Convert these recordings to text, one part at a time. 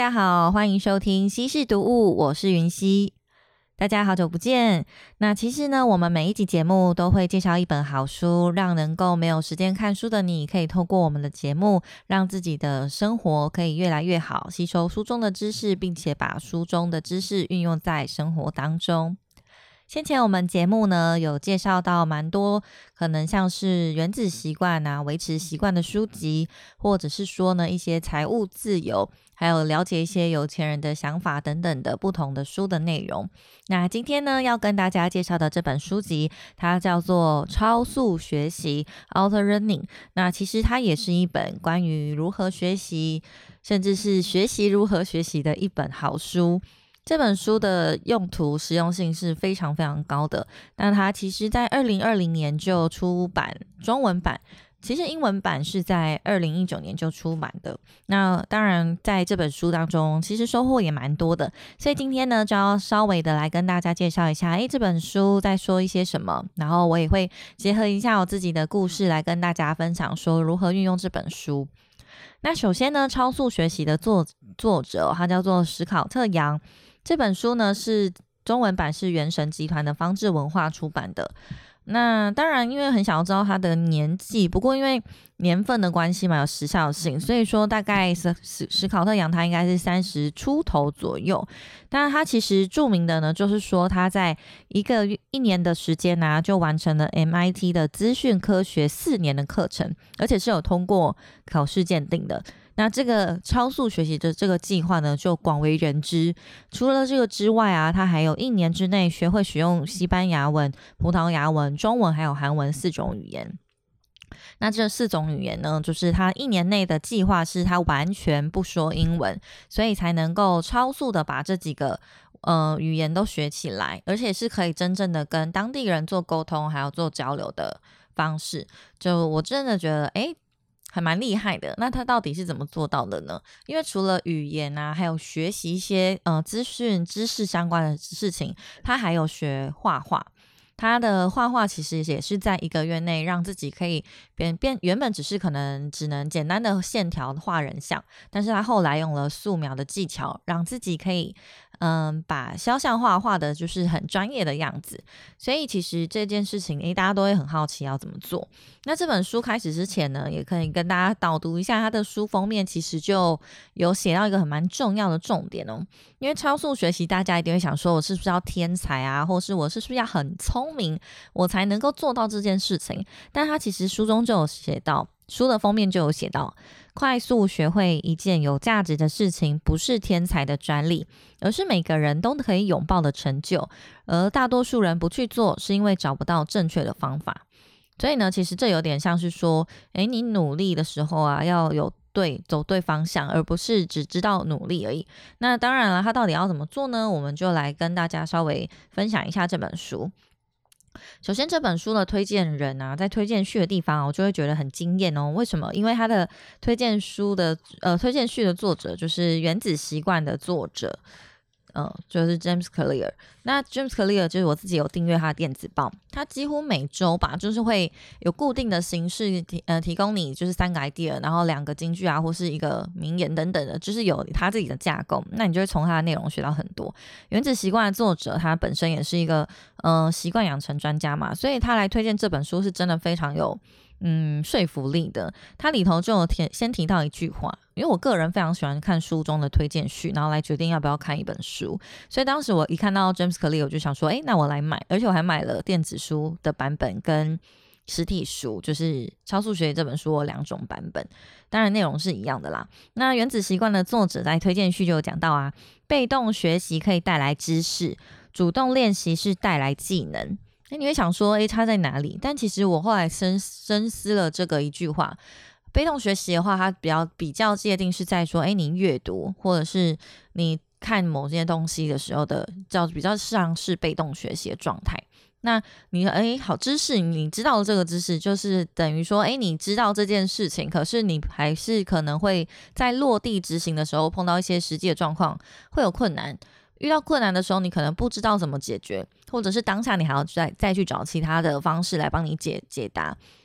家好，欢迎收听稀世读物，我是云溪。大家好久不见。那其实呢，我们每一集节目都会介绍一本好书，让能够没有时间看书的你，可以透过我们的节目，让自己的生活可以越来越好，吸收书中的知识，并且把书中的知识运用在生活当中。先前我们节目呢有介绍到蛮多可能像是原子习惯啊、维持习惯的书籍，或者是说呢一些财务自由，还有了解一些有钱人的想法等等的不同的书的内容。那今天呢要跟大家介绍的这本书籍，它叫做超速学习 Auto Learning。 那其实它也是一本关于如何学习，甚至是学习如何学习的一本好书。这本书的用途实用性是非常非常高的，那它其实在2020年就出版中文版，其实英文版是在2019年就出版的。那当然在这本书当中其实收获也蛮多的，所以今天呢就要稍微的来跟大家介绍一下这本书在说一些什么，然后我也会结合一下我自己的故事来跟大家分享说如何运用这本书。那首先呢，超速学习的作者他叫做史考特杨，这本书呢是中文版是原神集团的方志文化出版的。那当然因为很想要知道他的年纪，不过因为年份的关系嘛，有时效性，所以说大概史考特杨他应该是30出头左右。但是他其实著名的呢就是说他在一年的时间啊就完成了 MIT 的资讯科学4年的课程，而且是有通过考试鉴定的。那这个超速学习的这个计划呢就广为人知。除了这个之外啊，他还有1年之内学会使用西班牙文、葡萄牙文、中文还有韩文4种语言。那这4种语言呢，就是他1年内的计划是他完全不说英文，所以才能够超速的把这几个语言都学起来，而且是可以真正的跟当地人做沟通还有做交流的方式。就我真的觉得还蛮厉害的。那他到底是怎么做到的呢？因为除了语言啊，还有学习一些资讯知识相关的事情，他还有学画画。他的画画其实也是在1个月内让自己可以原本可能只能简单的线条画人像，但是他后来用了素描的技巧，让自己可以把肖像画的就是很专业的样子。所以其实这件事情大家都会很好奇要怎么做。那这本书开始之前呢，也可以跟大家导读一下它的书封面，其实就有写到一个蛮重要的重点哦。因为超速学习大家一定会想说，我是不是要天才啊，或是我是不是要很聪明我才能够做到这件事情。但他其实书中就有写到，书的封面就有写到，快速学会一件有价值的事情不是天才的专利，而是每个人都可以拥抱的成就，而大多数人不去做是因为找不到正确的方法。所以呢，其实这有点像是说你努力的时候啊，要走对方向，而不是只知道努力而已。那当然了，他到底要怎么做呢？我们就来跟大家稍微分享一下这本书。首先这本书的推荐人啊，在推荐序的地方我就会觉得很惊艳哦。为什么？因为他的推荐序的作者就是原子习惯的作者，就是 James Clear。 那 James Clear 就是我自己有订阅他的电子报，他几乎每周吧就是会有固定的形式提供你就是3个 idea， 然后2个金句啊，或是一个名言等等的，就是有他自己的架构，那你就会从他的内容学到很多。原子习惯的作者他本身也是一个习惯养成专家嘛，所以他来推荐这本书是真的非常有说服力的。他里头就有先提到一句话，因为我个人非常喜欢看书中的推荐序，然后来决定要不要看一本书。所以当时我一看到 James Clear 我就想说那我来买，而且我还买了电子书的版本跟实体书，就是超速学习这本书有2种版本，当然内容是一样的啦。那原子习惯的作者在推荐序就有讲到啊，被动学习可以带来知识，主动练习是带来技能。你会想说差在哪里？但其实我后来深思了这个一句话，被动学习的话它比较界定是在说你阅读或者是你看某些东西的时候的比较像是被动学习的状态。那你好知识，你知道这个知识就是等于说你知道这件事情，可是你还是可能会在落地执行的时候碰到一些实际的状况，会有困难。遇到困难的时候你可能不知道怎么解决，或者是当下你还要再去找其他的方式来帮你解答。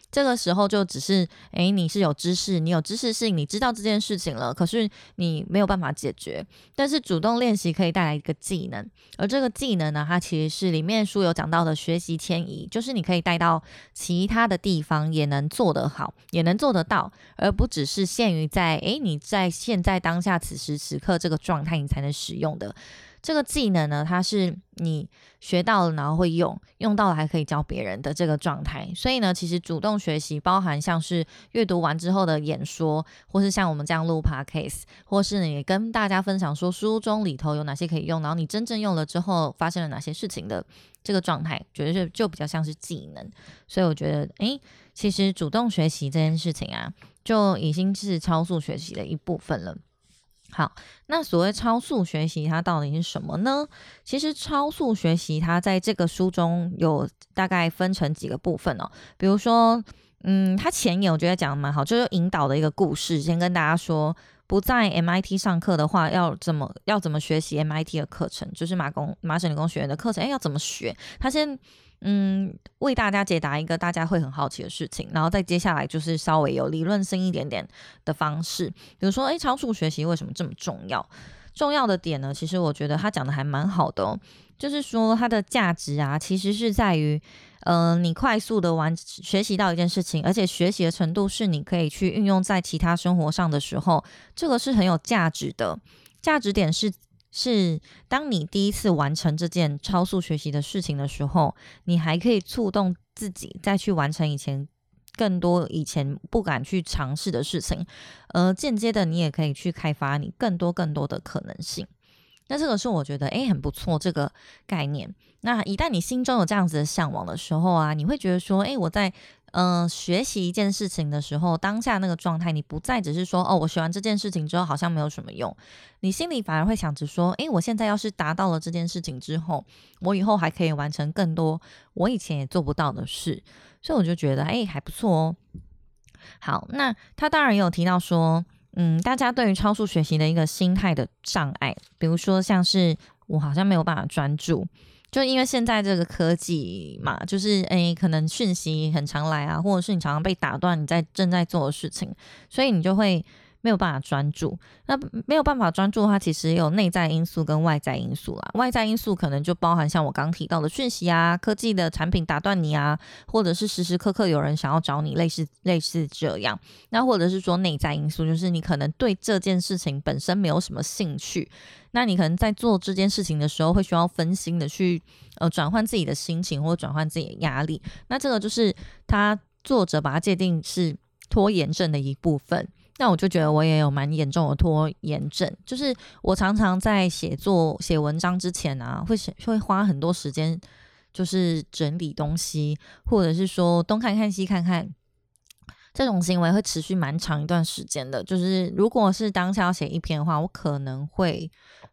这个时候就只是你是有知识，你有知识性，你知道这件事情了，可是你没有办法解决。但是主动练习可以带来一个技能，而这个技能呢，它其实是里面书有讲到的学习迁移，就是你可以带到其他的地方也能做得好，也能做得到，而不只是限于在你在现在当下此时此刻这个状态你才能使用的。这个技能呢，它是你学到了然后会用到了还可以教别人的这个状态。所以呢，其实主动学习包含像是阅读完之后的演说，或是像我们这样录 podcast， 或是你跟大家分享说书中里头有哪些可以用，然后你真正用了之后发生了哪些事情的这个状态，觉得就比较像是技能。所以我觉得其实主动学习这件事情啊，就已经是超速学习的一部分了。好，那所谓超速学习它到底是什么呢？其实超速学习它在这个书中有大概分成几个部分哦。比如说它前言我觉得讲得蛮好，就是引导的一个故事，先跟大家说不在 MIT 上课的话要怎么学习 MIT 的课程，就是麻省理工学院的课程要怎么学。他先为大家解答一个大家会很好奇的事情，然后再接下来就是稍微有理论性一点点的方式，比如说超速学习为什么这么重要？重要的点呢，其实我觉得他讲的还蛮好的哦，就是说它的价值啊，其实是在于你快速的学习到一件事情，而且学习的程度是你可以去运用在其他生活上的时候，这个是很有价值的。价值点是当你第一次完成这件超速学习的事情的时候，你还可以触动自己再去完成更多以前不敢去尝试的事情，间接的你也可以去开发你更多的可能性。那这个是我觉得很不错这个概念。那一旦你心中有这样子的向往的时候啊，你会觉得说我在学习一件事情的时候，当下那个状态你不再只是说我学完这件事情之后好像没有什么用，你心里反而会想着说我现在要是达到了这件事情之后，我以后还可以完成更多我以前也做不到的事。所以我就觉得还不错哦。好，那他当然也有提到说大家对于超速学习的一个心态的障碍，比如说像是我好像没有办法专注，就因为现在这个科技嘛，就是可能讯息很常来啊，或者是你常常被打断你正在做的事情，所以你就会没有办法专注。那没有办法专注的话，其实有内在因素跟外在因素啦。外在因素可能就包含像我刚提到的讯息啊，科技的产品打断你啊，或者是时时刻刻有人想要找你，类似这样。那或者是说内在因素，就是你可能对这件事情本身没有什么兴趣，那你可能在做这件事情的时候会需要分心的去转换自己的心情，或转换自己的压力。那这个就是作者把它界定是拖延症的一部分。那我就觉得我也有蛮严重的拖延症，就是我常常在写文章之前啊，会花很多时间，就是整理东西，或者是说东看看西看看，这种行为会持续蛮长一段时间的。就是如果是当下要写一篇的话，我可能会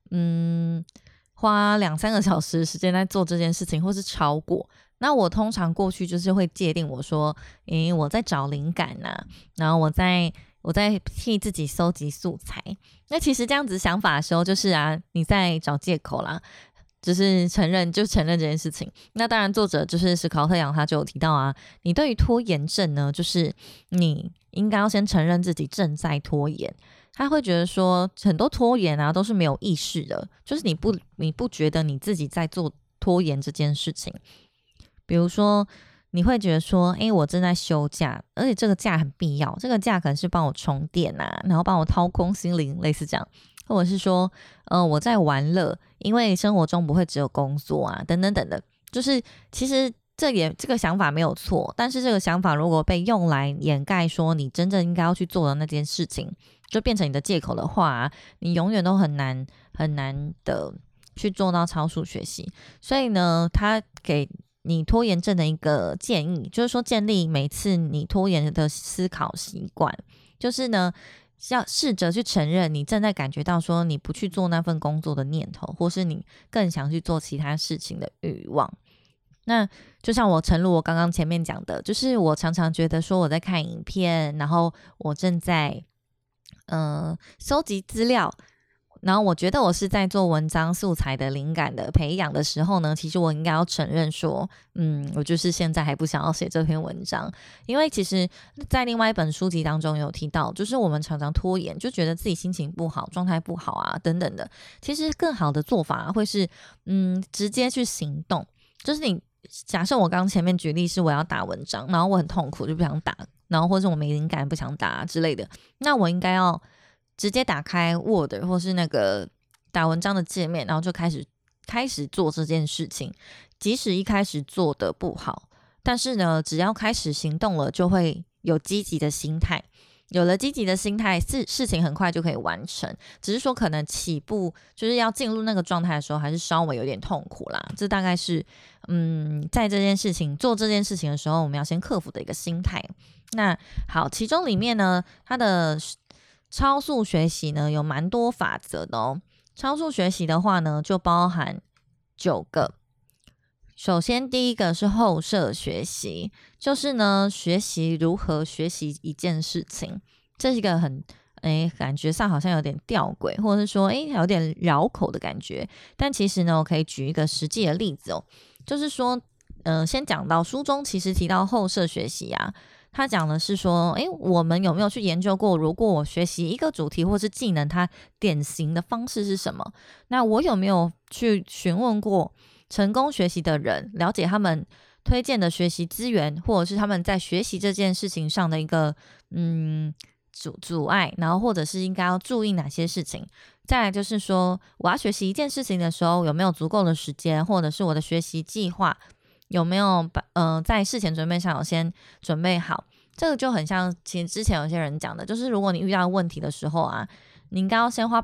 花2-3个小时的时间在做这件事情，或是超过。那我通常过去就是会界定我说我在找灵感啊，然后我在替自己搜集素材。那其实这样子想法的时候，就是你在找借口啦，就是承认这件事情。那当然作者就是史考特杨，他就有提到你对于拖延症呢，就是你应该要先承认自己正在拖延。他会觉得说很多拖延都是没有意识的，就是你不觉得你自己在做拖延这件事情。比如说你会觉得说我正在休假，而且这个假很必要，这个假可能是帮我充电然后帮我掏空心灵，类似这样。或者是说我在玩乐，因为生活中不会只有工作等等等的。就是其实这个想法没有错，但是这个想法如果被用来掩盖说你真正应该要去做的那件事情，就变成你的借口的话你永远都很难的去做到超速学习。所以呢，他给你拖延症的一个建议，就是说建立每次你拖延的思考习惯，就是呢要试着去承认你正在感觉到说你不去做那份工作的念头，或是你更想去做其他事情的欲望。那就像我诚如我刚刚前面讲的，就是我常常觉得说我在看影片，然后我正在收集资料， 然后我觉得我是在做文章素材的灵感的培养的时候呢，其实我应该要承认说，我就是现在还不想要写这篇文章，因为其实在另外一本书籍当中有提到，就是我们常常拖延，就觉得自己心情不好、状态不好啊等等的。其实更好的做法会是，直接去行动。就是你假设我刚前面举例是我要打文章，然后我很痛苦就不想打，然后或者我没灵感不想打之类的，那我应该要直接打开 Word 或是那个打文章的界面，然后就开始做这件事情。即使一开始做的不好，但是呢，只要开始行动了，就会有积极的心态。有了积极的心态，事情很快就可以完成。只是说可能起步就是要进入那个状态的时候，还是稍微有点痛苦啦。这大概是在做这件事情的时候，我们要先克服的一个心态。那好，其中里面呢，它的超速学习呢有蛮多法则的哦。超速学习的话呢，就包含9个。首先第一个是后设学习，就是呢学习如何学习一件事情。这是一个很感觉上好像有点吊诡，或者是说有点绕口的感觉。但其实呢，我可以举一个实际的例子哦，就是说先讲到书中其实提到后设学习啊，他讲的是说我们有没有去研究过，如果我学习一个主题或是技能，它典型的方式是什么？那我有没有去询问过成功学习的人，了解他们推荐的学习资源，或者是他们在学习这件事情上的一个阻碍，然后或者是应该要注意哪些事情。再来就是说，我要学习一件事情的时候，有没有足够的时间，或者是我的学习计划有没有在事前准备上有先准备好。这个就很像其实之前有些人讲的，就是如果你遇到问题的时候啊，你应该要先花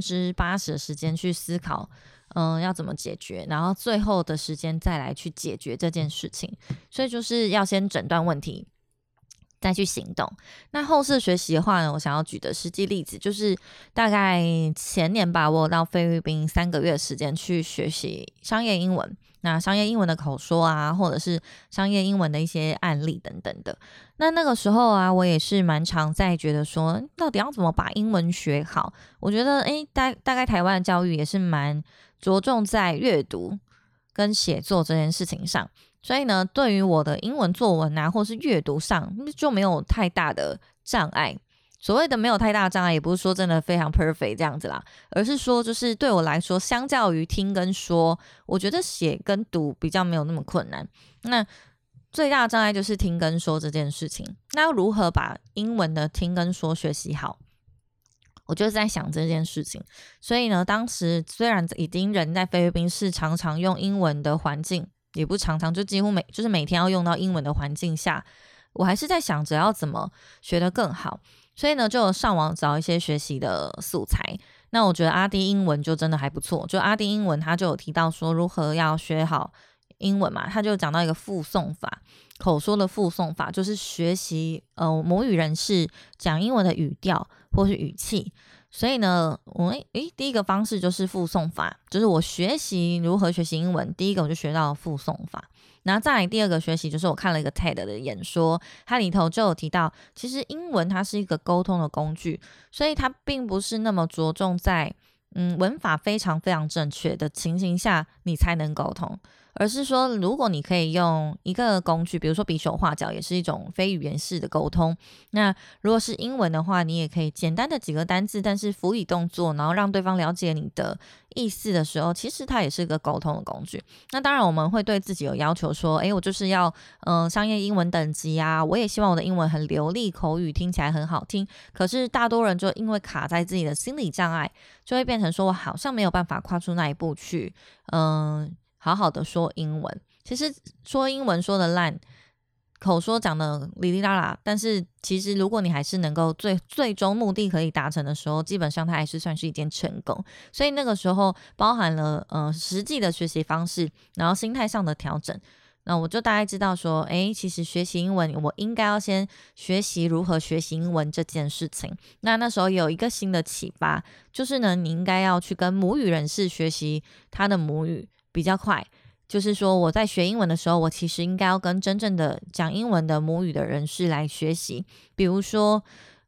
80%的时间去思考要怎么解决，然后最后的时间再来去解决这件事情。所以就是要先诊断问题，再去行动。那后设学习的话呢，我想要举的实际例子就是大概前年吧，我有到菲律宾3个月的时间去学习商业英文。那商业英文的口说啊，或者是商业英文的一些案例等等的。那个时候啊，我也是蛮常在觉得说，到底要怎么把英文学好？我觉得大概台湾的教育也是蛮着重在阅读跟写作这件事情上。所以呢，对于我的英文作文啊，或是阅读上就没有太大的障碍。所谓的没有太大障碍，也不是说真的非常 perfect 这样子啦，而是说就是对我来说，相较于听跟说，我觉得写跟读比较没有那么困难。那最大的障碍就是听跟说这件事情。那要如何把英文的听跟说学习好？我就在想这件事情。所以呢，当时虽然已经人在菲律宾是常常用英文的环境，也不常常，就几乎就是每天要用到英文的环境下，我还是在想着要怎么学得更好。所以呢，就上网找一些学习的素材。那我觉得阿滴英文就真的还不错，就阿滴英文他就有提到说如何要学好英文嘛，他就讲到一个复诵法，口说的复诵法，就是学习母语人士讲英文的语调或是语气。所以呢，第一个方式就是复诵法，就是我学习如何学习英文，第一个我就学到复诵法。然后再来第二个学习，就是我看了一个 TED 的演说，它里头就有提到，其实英文它是一个沟通的工具，所以它并不是那么着重在文法非常非常正确的情形下你才能沟通，而是说如果你可以用一个工具，比如说比手画脚也是一种非语言式的沟通。那如果是英文的话，你也可以简单的几个单字，但是辅以动作，然后让对方了解你的意思的时候，其实它也是一个沟通的工具。那当然我们会对自己有要求说，我就是要商业英文等级啊，我也希望我的英文很流利，口语听起来很好听。可是大多人就因为卡在自己的心理障碍，就会变成说我好像没有办法跨出那一步去好好的说英文。其实说英文说的烂，口说讲的哩哩啦啦，但是其实如果你还是能够最终目的可以达成的时候，基本上它还是算是一件成功。所以那个时候包含了实际的学习方式，然后心态上的调整。那我就大概知道说，其实学习英文我应该要先学习如何学习英文这件事情。那时候有一个新的启发，就是呢，你应该要去跟母语人士学习他的母语比较快。就是说我在学英文的时候，我其实应该要跟真正的讲英文的母语的人士来学习。比如说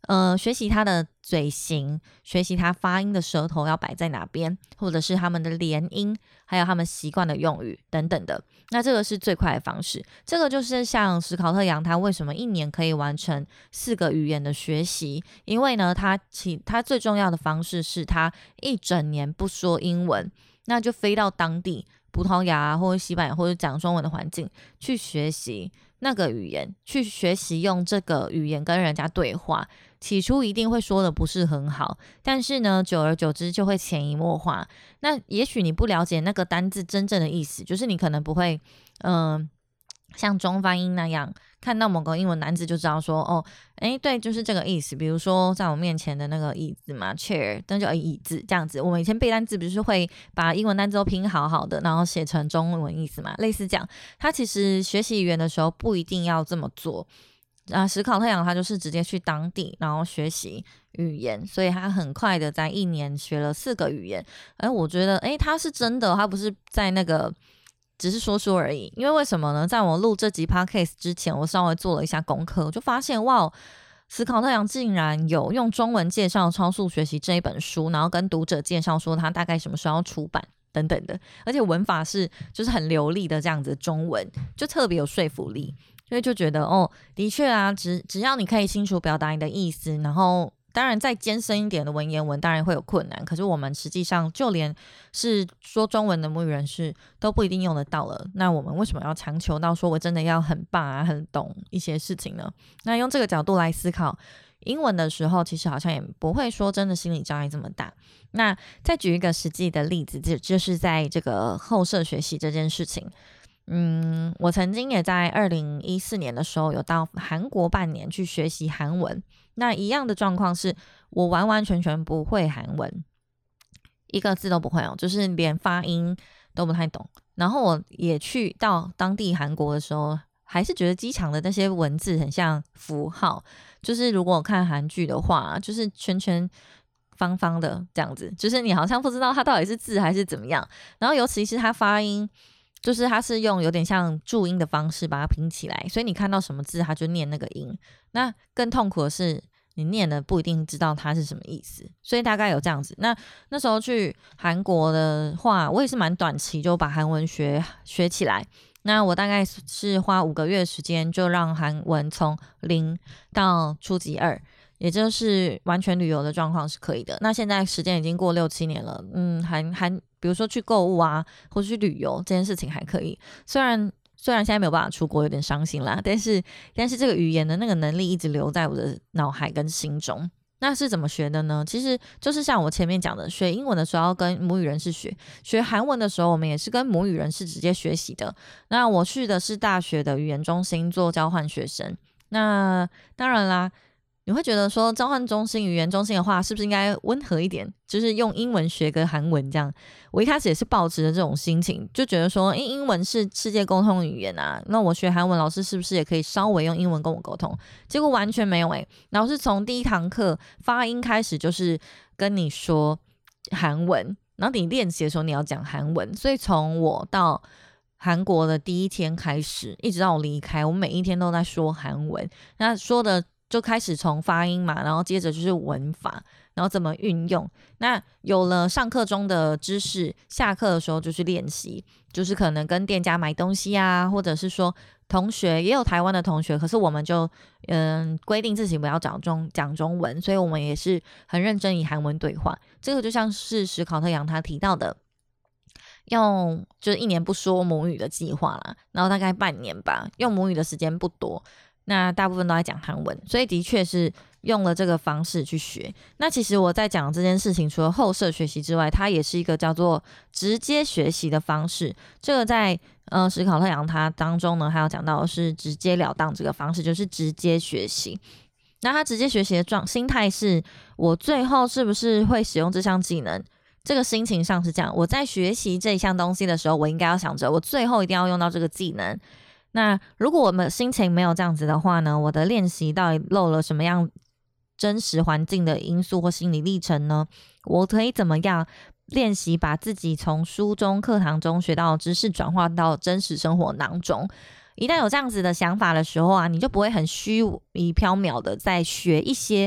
学习他的嘴型，学习他发音的舌头要摆在哪边，或者是他们的连音，还有他们习惯的用语等等的。那这个是最快的方式。这个就是像史考特杨他为什么1年可以完成4个语言的学习，因为呢他最重要的方式是他1整年不说英文，那就飞到当地葡萄牙或者西班牙或者讲中文的环境去学习那个语言，去学习用这个语言跟人家对话。起初一定会说的不是很好，但是呢久而久之就会潜移默化。那也许你不了解那个单字真正的意思，就是你可能不会像中翻英那样看到某个英文单字就知道说对，就是这个意思。比如说在我面前的那个椅子嘛 chair， 那就椅子这样子。我们以前背单字不是会把英文单字都拼好好的，然后写成中文意思嘛，类似这样。他其实学习语言的时候不一定要这么做。史考特杨他就是直接去当地然后学习语言，所以他很快的在1年学了4个语言。我觉得他是真的，他不是在那个只是说说而已。因为什么呢？在我录这集 podcast 之前，我稍微做了一下功课，我就发现哇，史考特杨竟然有用中文介绍超速学习这一本书，然后跟读者介绍说他大概什么时候要出版等等的，而且文法是就是很流利的这样子的中文，就特别有说服力。所以就觉得的确啊，只要你可以清楚表达你的意思，然后当然再艰深一点的文言文当然会有困难，可是我们实际上就连是说中文的母语人士都不一定用得到了，那我们为什么要强求到说我真的要很棒啊，很懂一些事情呢？那用这个角度来思考英文的时候，其实好像也不会说真的心理障碍这么大。那再举一个实际的例子，就是在这个后设学习这件事情。我曾经也在2014年的时候有到韩国半年去学习韩文。那一样的状况是我完完全全不会韩文，一个字都不会就是连发音都不太懂。然后我也去到当地韩国的时候，还是觉得机场的那些文字很像符号，就是如果看韩剧的话，就是圈圈方方的这样子，就是你好像不知道它到底是字还是怎么样。然后尤其是它发音，就是它是用有点像注音的方式把它拼起来，所以你看到什么字它就念那个音。那更痛苦的是你念了不一定知道它是什么意思，所以大概有这样子。那时候去韩国的话，我也是蛮短期就把韩文学起来。那我大概是花5个月的时间就让韩文从0到初级2，也就是完全旅游的状况是可以的。那现在时间已经过6-7年了，比如说去购物啊或者去旅游这件事情还可以，虽然现在没有办法出国，有点伤心啦，但是这个语言的那个能力一直留在我的脑海跟心中。那是怎么学的呢？其实就是像我前面讲的，学英文的时候要跟母语人士学韩文的时候我们也是跟母语人士直接学习的。那我去的是大学的语言中心做交换学生。那当然啦，你会觉得说交换中心语言中心的话是不是应该温和一点，就是用英文学个韩文这样。我一开始也是抱持着这种心情，就觉得说英文是世界沟通语言啊，那我学韩文老师是不是也可以稍微用英文跟我沟通？结果完全没有老师从第1堂课发音开始就是跟你说韩文，然后你练习的时候你要讲韩文。所以从我到韩国的第1天开始一直到我离开，我每一天都在说韩文。那说的就开始从发音嘛，然后接着就是文法，然后怎么运用。那有了上课中的知识，下课的时候就去练习，就是可能跟店家买东西啊，或者是说同学也有台湾的同学，可是我们就规定自己不要讲中文，所以我们也是很认真以韩文对话。这个就像是史考特杨他提到的，用就是1年不说母语的计划啦，然后大概半年吧，用母语的时间不多，那大部分都在讲韩文，所以的确是用了这个方式去学。那其实我在讲这件事情，除了后设学习之外，它也是一个叫做直接学习的方式。这个在史考特杨他当中呢，还有讲到的是直截了当这个方式，就是直接学习。那他直接学习的心态是，我最后是不是会使用这项技能？这个心情上是这样，我在学习这一项东西的时候，我应该要想着我最后一定要用到这个技能。那如果我们心情没有这样子的话呢，我的练习到底漏了什么样真实环境的因素或心理历程呢？我可以怎么样练习把自己从书中课堂中学到的知识转化到真实生活当中？一旦有这样子的想法的时候啊，你就不会很虚无缥缈的在学一些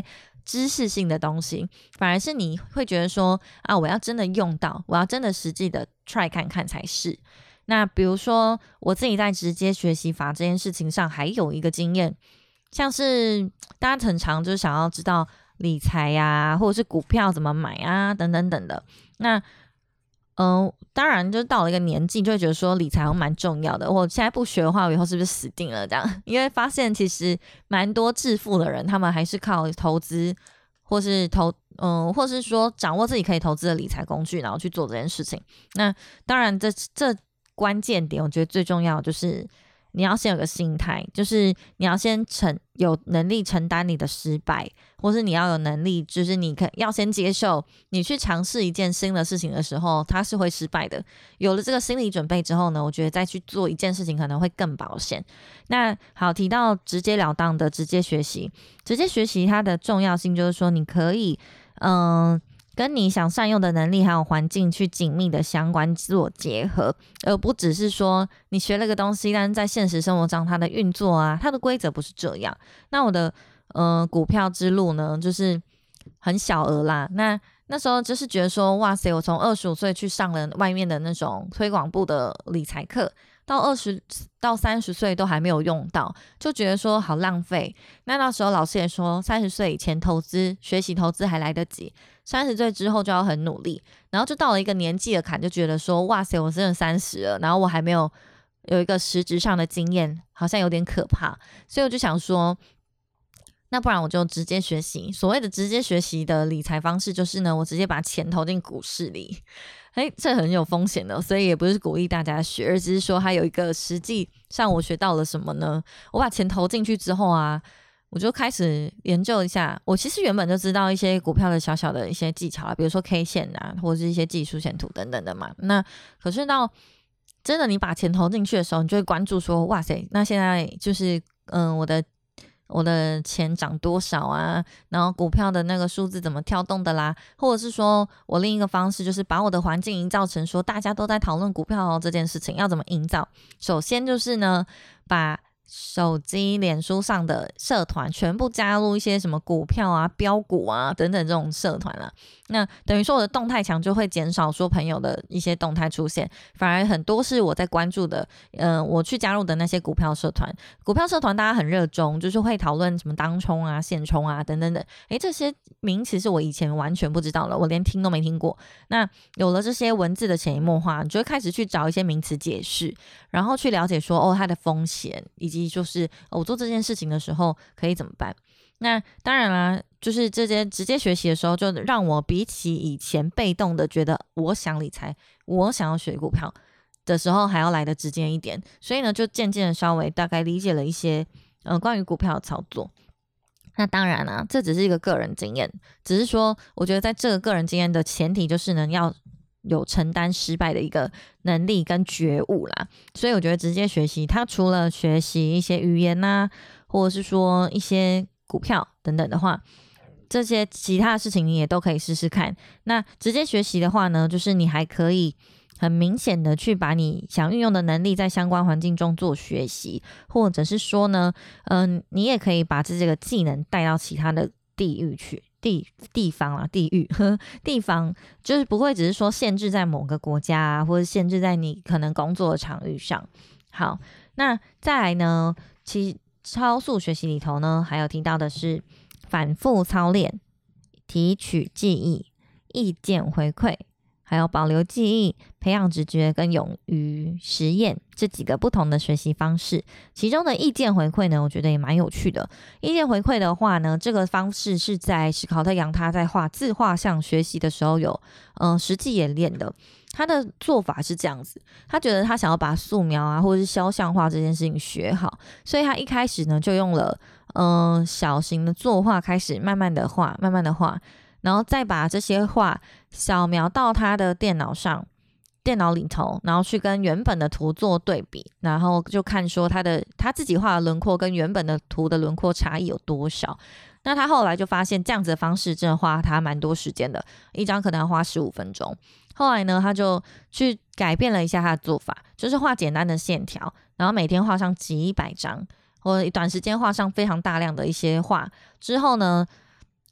知识性的东西，反而是你会觉得说啊，我要真的用到，我要真的实际的 try 看看才是。那比如说我自己在直接学习法这件事情上还有一个经验，像是大家很常就是想要知道理财呀，或者是股票怎么买啊，等等等的。那当然就到了一个年纪就会觉得说理财好像蛮重要的，我现在不学的话我以后是不是死定了这样。因为发现其实蛮多致富的人他们还是靠投资或是或是说掌握自己可以投资的理财工具然后去做这件事情。那当然这关键点我觉得最重要的就是你要先有个心态，就是你要先有能力承担你的失败，或是你要有能力，就是你要先接受你去尝试一件新的事情的时候它是会失败的。有了这个心理准备之后呢，我觉得再去做一件事情可能会更保险。那好，提到直截了当的直接学习它的重要性就是说你可以跟你想善用的能力还有环境去紧密的相关做结合，而不只是说你学了个东西，但是在现实生活上它的运作啊，它的规则不是这样。那我的股票之路呢，就是很小额啦。那时候就是觉得说，哇塞，我从25岁去上了外面的那种推广部的理财课，到20到30岁都还没有用到，就觉得说好浪费。那时候老师也说30岁以前学习投资还来得及，30岁之后就要很努力。然后就到了一个年纪的坎，就觉得说哇塞，我真的30了，然后我还没有一个实质上的经验，好像有点可怕。所以我就想说，那不然我就直接学习。所谓的直接学习的理财方式就是呢，我直接把钱投进股市里。这很有风险的，所以也不是鼓励大家学，而只是说它有一个实际上我学到了什么呢？我把钱投进去之后啊，我就开始研究一下。我其实原本就知道一些股票的小小的一些技巧啊，比如说 K 线啊，或者是一些技术线图等等的嘛。那可是到真的你把钱投进去的时候，你就会关注说，哇塞，那现在就是我的钱涨多少啊，然后股票的那个数字怎么跳动的啦，或者是说我另一个方式就是把我的环境营造成说大家都在讨论股票这件事情要怎么营造。首先就是呢，把手机脸书上的社团全部加入一些什么股票啊标股啊等等这种社团啦，那等于说我的动态墙就会减少说朋友的一些动态出现，反而很多是我在关注的我去加入的那些股票社团大家很热衷，就是会讨论什么当冲啊现冲啊等等等。这些名词是我以前完全不知道了，我连听都没听过。那有了这些文字的潜移默化，你就会开始去找一些名词解释，然后去了解说它的风险，以及就是我做这件事情的时候可以怎么办。那当然啦，就是这些直接学习的时候，就让我比起以前被动的觉得我想理财，我想要学股票的时候还要来得直接一点。所以呢，就渐渐的稍微大概理解了一些关于股票的操作。那当然啦，这只是一个个人经验，只是说我觉得在这个个人经验的前提就是呢，要有承担失败的一个能力跟觉悟啦。所以我觉得直接学习它除了学习一些语言啊，或者是说一些股票等等的话，这些其他的事情你也都可以试试看。那直接学习的话呢，就是你还可以很明显的去把你想运用的能力在相关环境中做学习，或者是说呢你也可以把这个技能带到其他的地域去，地方就是不会只是说限制在某个国家啊，或者限制在你可能工作的场域上。好，那再来呢，其实超速学习里头呢还有提到的是反复操练、提取记忆、意见回馈，还有保留记忆、培养直觉跟勇于实验这几个不同的学习方式。其中的意见回馈呢，我觉得也蛮有趣的。意见回馈的话呢，这个方式是在史考特杨他在画自画像学习的时候有实际演练的。他的做法是这样子，他觉得他想要把素描啊或者是肖像画这件事情学好，所以他一开始呢就用了小型的作画开始慢慢的画，然后再把这些画扫描到他的电脑里头，然后去跟原本的图做对比，然后就看说他自己画的轮廓跟原本的图的轮廓差异有多少。那他后来就发现这样子的方式真的花他蛮多时间的，一张可能要花15分钟。后来呢，他就去改变了一下他的做法，就是画简单的线条，然后每天画上几百张，或者短时间画上非常大量的一些画之后呢，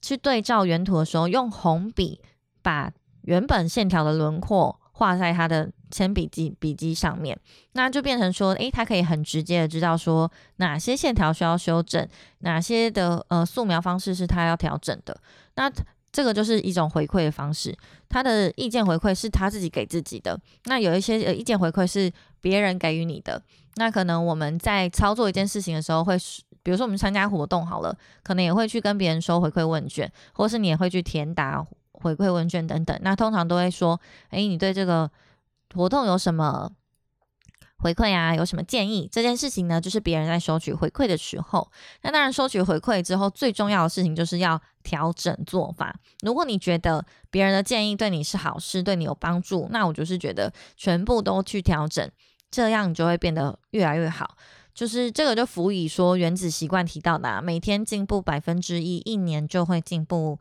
去对照原图的时候，用红笔把原本线条的轮廓画在他的铅笔记上面，那就变成说他可以很直接的知道说哪些线条需要修正，哪些的素描方式是他要调整的。那这个就是一种回馈的方式，他的意见回馈是他自己给自己的，那有一些意见回馈是别人给予你的。那可能我们在操作一件事情的时候会，比如说我们参加活动好了，可能也会去跟别人收回馈问卷，或是你也会去填答回馈问卷等等。那通常都会说你对这个活动有什么回馈啊，有什么建议？这件事情呢，就是别人在收取回馈的时候。那当然收取回馈之后，最重要的事情就是要调整做法。如果你觉得别人的建议对你是好事，对你有帮助，那我就是觉得全部都去调整，这样你就会变得越来越好。就是这个就辅以说原子习惯提到的每天进步1%，一年就会进步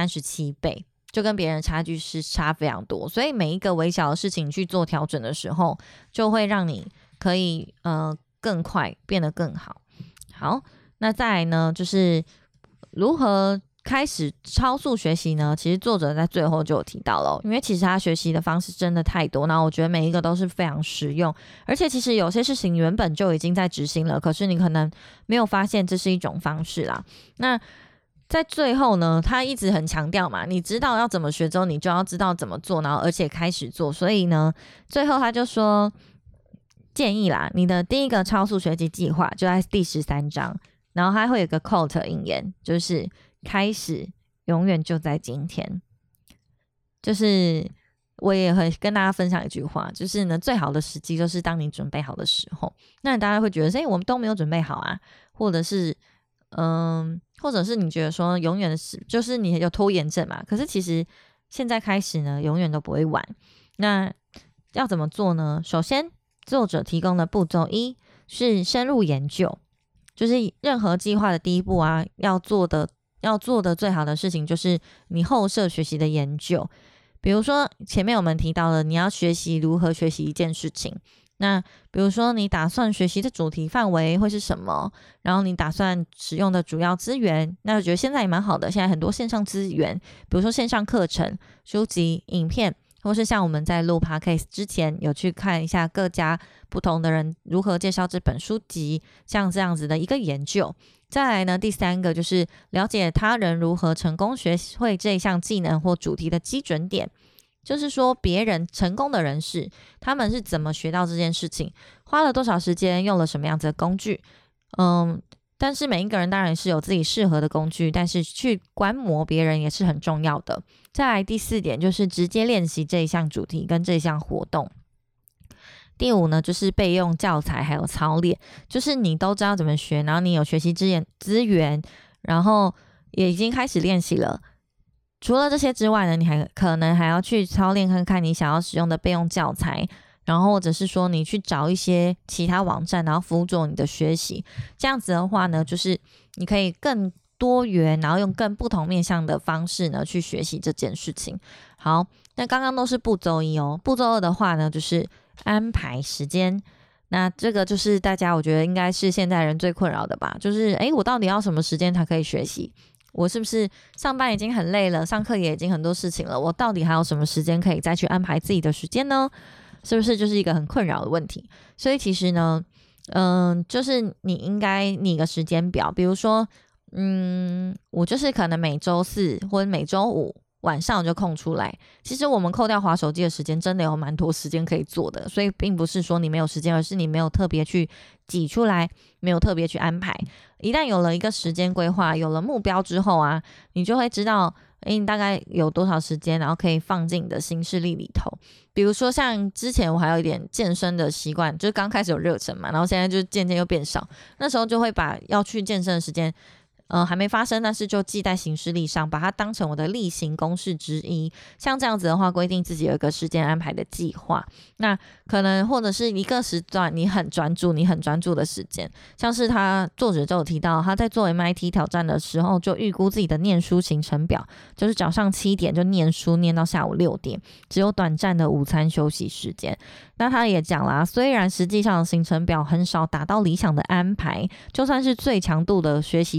37倍，就跟别人差距是差非常多。所以每一个微小的事情去做调整的时候，就会让你可以更快变得更好。好，那再来呢，就是如何开始超速学习呢？其实作者在最后就有提到了，因为其实他学习的方式真的太多，那我觉得每一个都是非常实用，而且其实有些事情原本就已经在执行了，可是你可能没有发现这是一种方式啦。那在最后呢，他一直很强调嘛，你知道要怎么学之后，你就要知道怎么做，然后而且开始做。所以呢，最后他就说建议啦，你的第一个超速学习计划就在第13章，然后还会有一个 quote 引言，就是开始永远就在今天。就是我也会跟大家分享一句话，就是呢，最好的时机就是当你准备好的时候。那大家会觉得我们都没有准备好啊，或者是你觉得说永远的事就是你有拖延症嘛，可是其实现在开始呢永远都不会晚。那要怎么做呢？首先作者提供的步骤1是深入研究，就是任何计划的第一步啊，要做的最好的事情就是你后设学习的研究。比如说前面我们提到了你要学习如何学习一件事情，那比如说你打算学习的主题范围会是什么，然后你打算使用的主要资源，那我觉得现在也蛮好的，现在很多线上资源，比如说线上课程、书籍、影片，或是像我们在录 podcast 之前有去看一下各家不同的人如何介绍这本书籍，像这样子的一个研究。再来呢，第3个就是了解他人如何成功学会这项技能或主题的基准点，就是说别人成功的人士他们是怎么学到这件事情，花了多少时间，用了什么样子的工具。但是每一个人当然是有自己适合的工具，但是去观摩别人也是很重要的。再来第4点就是直接练习这一项主题跟这一项活动。第5呢，就是备用教材还有操练，就是你都知道怎么学，然后你有学习资源，然后也已经开始练习了。除了这些之外呢，你可能还要去操练看看你想要使用的备用教材，然后或者是说你去找一些其他网站，然后辅佐你的学习。这样子的话呢，就是你可以更多元，然后用更不同面向的方式呢去学习这件事情。好，那刚刚都是步骤1哦。步骤2的话呢，就是安排时间。那这个就是大家我觉得应该是现代人最困扰的吧，就是我到底要什么时间才可以学习？我是不是上班已经很累了，上课也已经很多事情了，我到底还有什么时间可以再去安排自己的时间呢？是不是就是一个很困扰的问题？所以其实呢就是你应该拟个时间表，比如说我就是可能每周4或者每周5晚上就空出来。其实我们扣掉滑手机的时间，真的有蛮多时间可以做的，所以并不是说你没有时间，而是你没有特别去挤出来，没有特别去安排。一旦有了一个时间规划，有了目标之后啊，你就会知道你大概有多少时间，然后可以放进你的行事历里头。比如说像之前我还有一点健身的习惯，就是刚开始有热忱嘛，然后现在就渐渐又变少，那时候就会把要去健身的时间还没发生，但是就记在行事历上，把它当成我的例行公事之一。像这样子的话，规定自己有一个时间安排的计划。那可能或者是一个时段你很专注的时间，像是作者就有提到，他在做 MIT 挑战的时候，就预估自己的念书行程表，就是早上7点就念书，念到下午6点，只有短暂的午餐休息时间。那他也讲啦，虽然实际上的行程表很少达到理想的安排，就算是最强度的学习初期，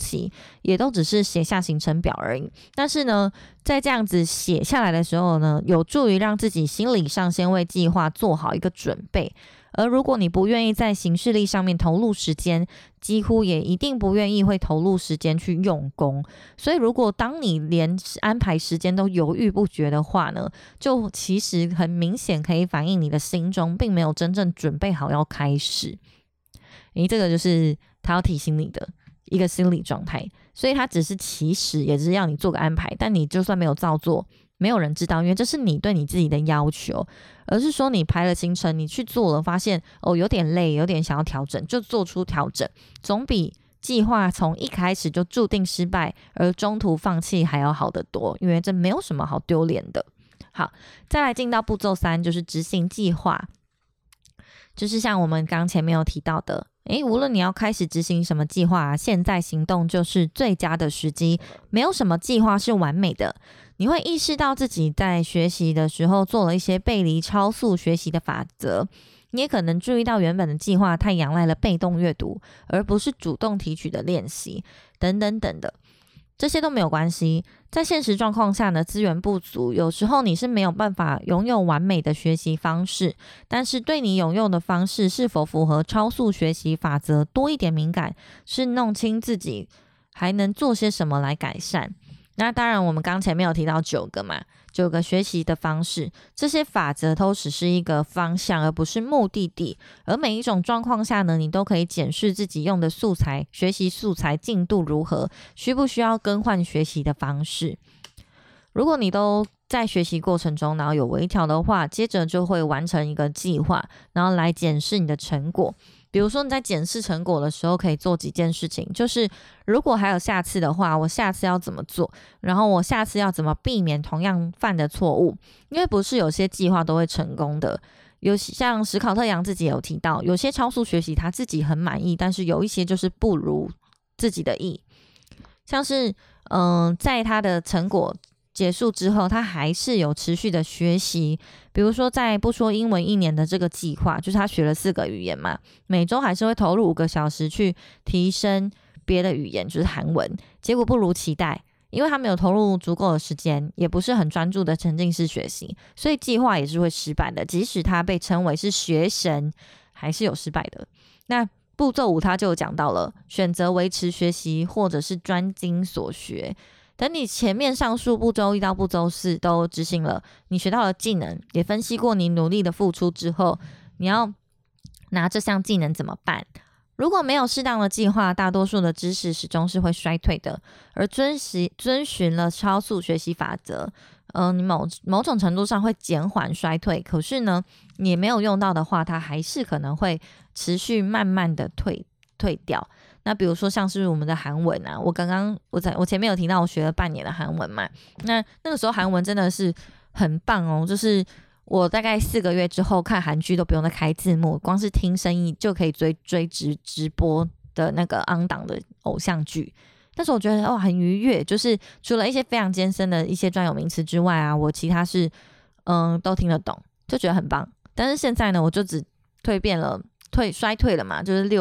期，也都只是写下行程表而已。但是呢，在这样子写下来的时候呢，有助于让自己心理上先为计划做好一个准备。而如果你不愿意在行事历上面投入时间，几乎也一定不愿意会投入时间去用功。所以如果当你连安排时间都犹豫不决的话呢，就其实很明显可以反映你的心中并没有真正准备好要开始。这个就是他要提醒你的一个心理状态，所以他只是其实也只是要你做个安排，但你就算没有照做，没有人知道，因为这是你对你自己的要求，而是说你排了行程，你去做了，发现有点累，有点想要调整，就做出调整，总比计划从一开始就注定失败而中途放弃还要好得多，因为这没有什么好丢脸的。好，再来进到步骤3，就是执行计划。就是像我们刚前面有提到的，无论你要开始执行什么计划，现在行动就是最佳的时机。没有什么计划是完美的，你会意识到自己在学习的时候做了一些背离超速学习的法则，你也可能注意到原本的计划太仰赖了被动阅读，而不是主动提取的练习，等等等的。这些都没有关系，在现实状况下呢，资源不足，有时候你是没有办法拥有完美的学习方式，但是对你拥有的方式是否符合超速学习法则多一点敏感，是弄清自己还能做些什么来改善。那当然我们刚前面有提到9个学习的方式，这些法则都只是一个方向，而不是目的地。而每一种状况下呢，你都可以检视自己用的素材，学习素材进度如何，需不需要更换学习的方式。如果你都在学习过程中，然后有微调的话，接着就会完成一个计划，然后来检视你的成果。比如说你在检视成果的时候，可以做几件事情，就是如果还有下次的话，我下次要怎么做，然后我下次要怎么避免同样犯的错误。因为不是有些计划都会成功的，像史考特杨自己有提到，有些超速学习他自己很满意，但是有一些就是不如自己的意。像是在他的成果结束之后，他还是有持续的学习，比如说在不说英文1年的这个计划，就是他学了4个语言嘛，每周还是会投入5个小时去提升别的语言，就是韩文，结果不如期待，因为他没有投入足够的时间，也不是很专注的沉浸式学习，所以计划也是会失败的，即使他被称为是学神，还是有失败的。那步骤5他就有讲到了，选择维持学习或者是专精所学。等你前面上述步骤1到步骤4都执行了，你学到了技能，也分析过你努力的付出之后，你要拿这项技能怎么办？如果没有适当的计划，大多数的知识始终是会衰退的。而遵循了超速学习法则，你某种程度上会减缓衰退，可是呢，你没有用到的话，它还是可能会持续慢慢的退掉。那比如说像是我们的韩文啊，我前面有提到我学了半年的韩文嘛，那个时候韩文真的是很棒哦，就是我大概4个月之后看韩剧都不用再开字幕，光是听声音就可以追直播的那个on档的偶像剧。但是我觉得很愉悦，就是除了一些非常艰深的一些专有名词之外啊，我其他是都听得懂，就觉得很棒。但是现在呢，我就只衰退了嘛，就是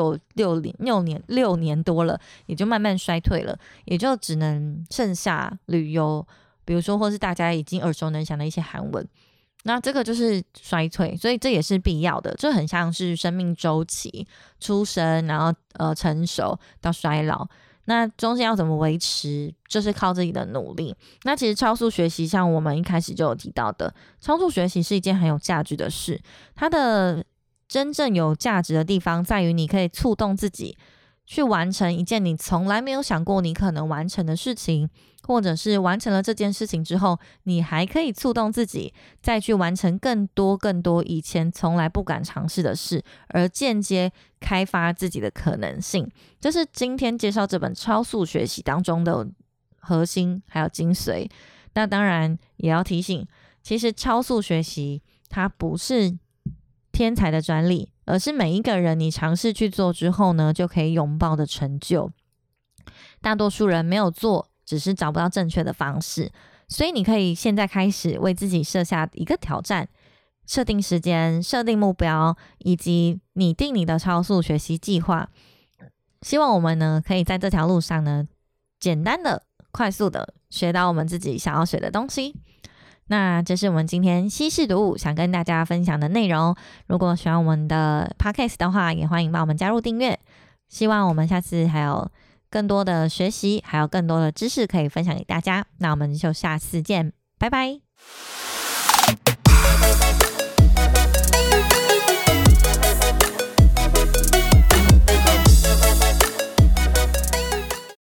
6年多了，也就慢慢衰退了，也就只能剩下旅游，比如说或是大家已经耳熟能详的一些韩文。那这个就是衰退，所以这也是必要的，就很像是生命周期，出生然后成熟到衰老，那中间要怎么维持，就是靠自己的努力。那其实超速学习像我们一开始就有提到的，超速学习是一件很有价值的事，它的真正有价值的地方在于你可以触动自己去完成一件你从来没有想过你可能完成的事情，或者是完成了这件事情之后，你还可以触动自己再去完成更多以前从来不敢尝试的事，而间接开发自己的可能性。这是今天介绍这本超速学习当中的核心还有精髓。那当然也要提醒，其实超速学习它不是天才的专利，而是每一个人你尝试去做之后呢，就可以拥抱的成就。大多数人没有做，只是找不到正确的方式，所以你可以现在开始为自己设下一个挑战，设定时间，设定目标，以及拟定你的超速学习计划。希望我们呢，可以在这条路上呢， 简单的、快速的学到我们自己想要学的东西。那这是我们今天稀事读物想跟大家分享的内容。如果喜欢我们的 podcast 的话，也欢迎帮我们加入订阅。希望我们下次还有更多的学习，还有更多的知识可以分享给大家。那我们就下次见，拜拜。